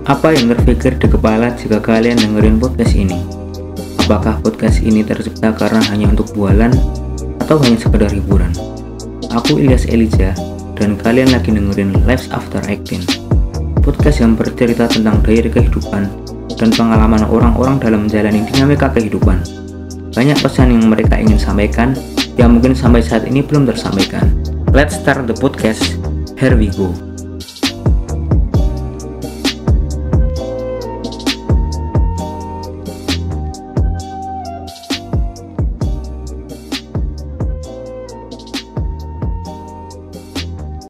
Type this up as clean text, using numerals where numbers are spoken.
Apa yang terpikir di kepala jika kalian dengerin podcast ini? Apakah podcast ini tercipta karena hanya untuk bualan atau hanya sekedar hiburan? Aku Ilyas Elijah dan kalian lagi dengerin Lives After 18, podcast yang bercerita tentang diary kehidupan dan pengalaman orang-orang dalam menjalani dinamika kehidupan. Banyak pesan yang mereka ingin sampaikan yang mungkin sampai saat ini belum tersampaikan. Let's start the podcast. Here we go.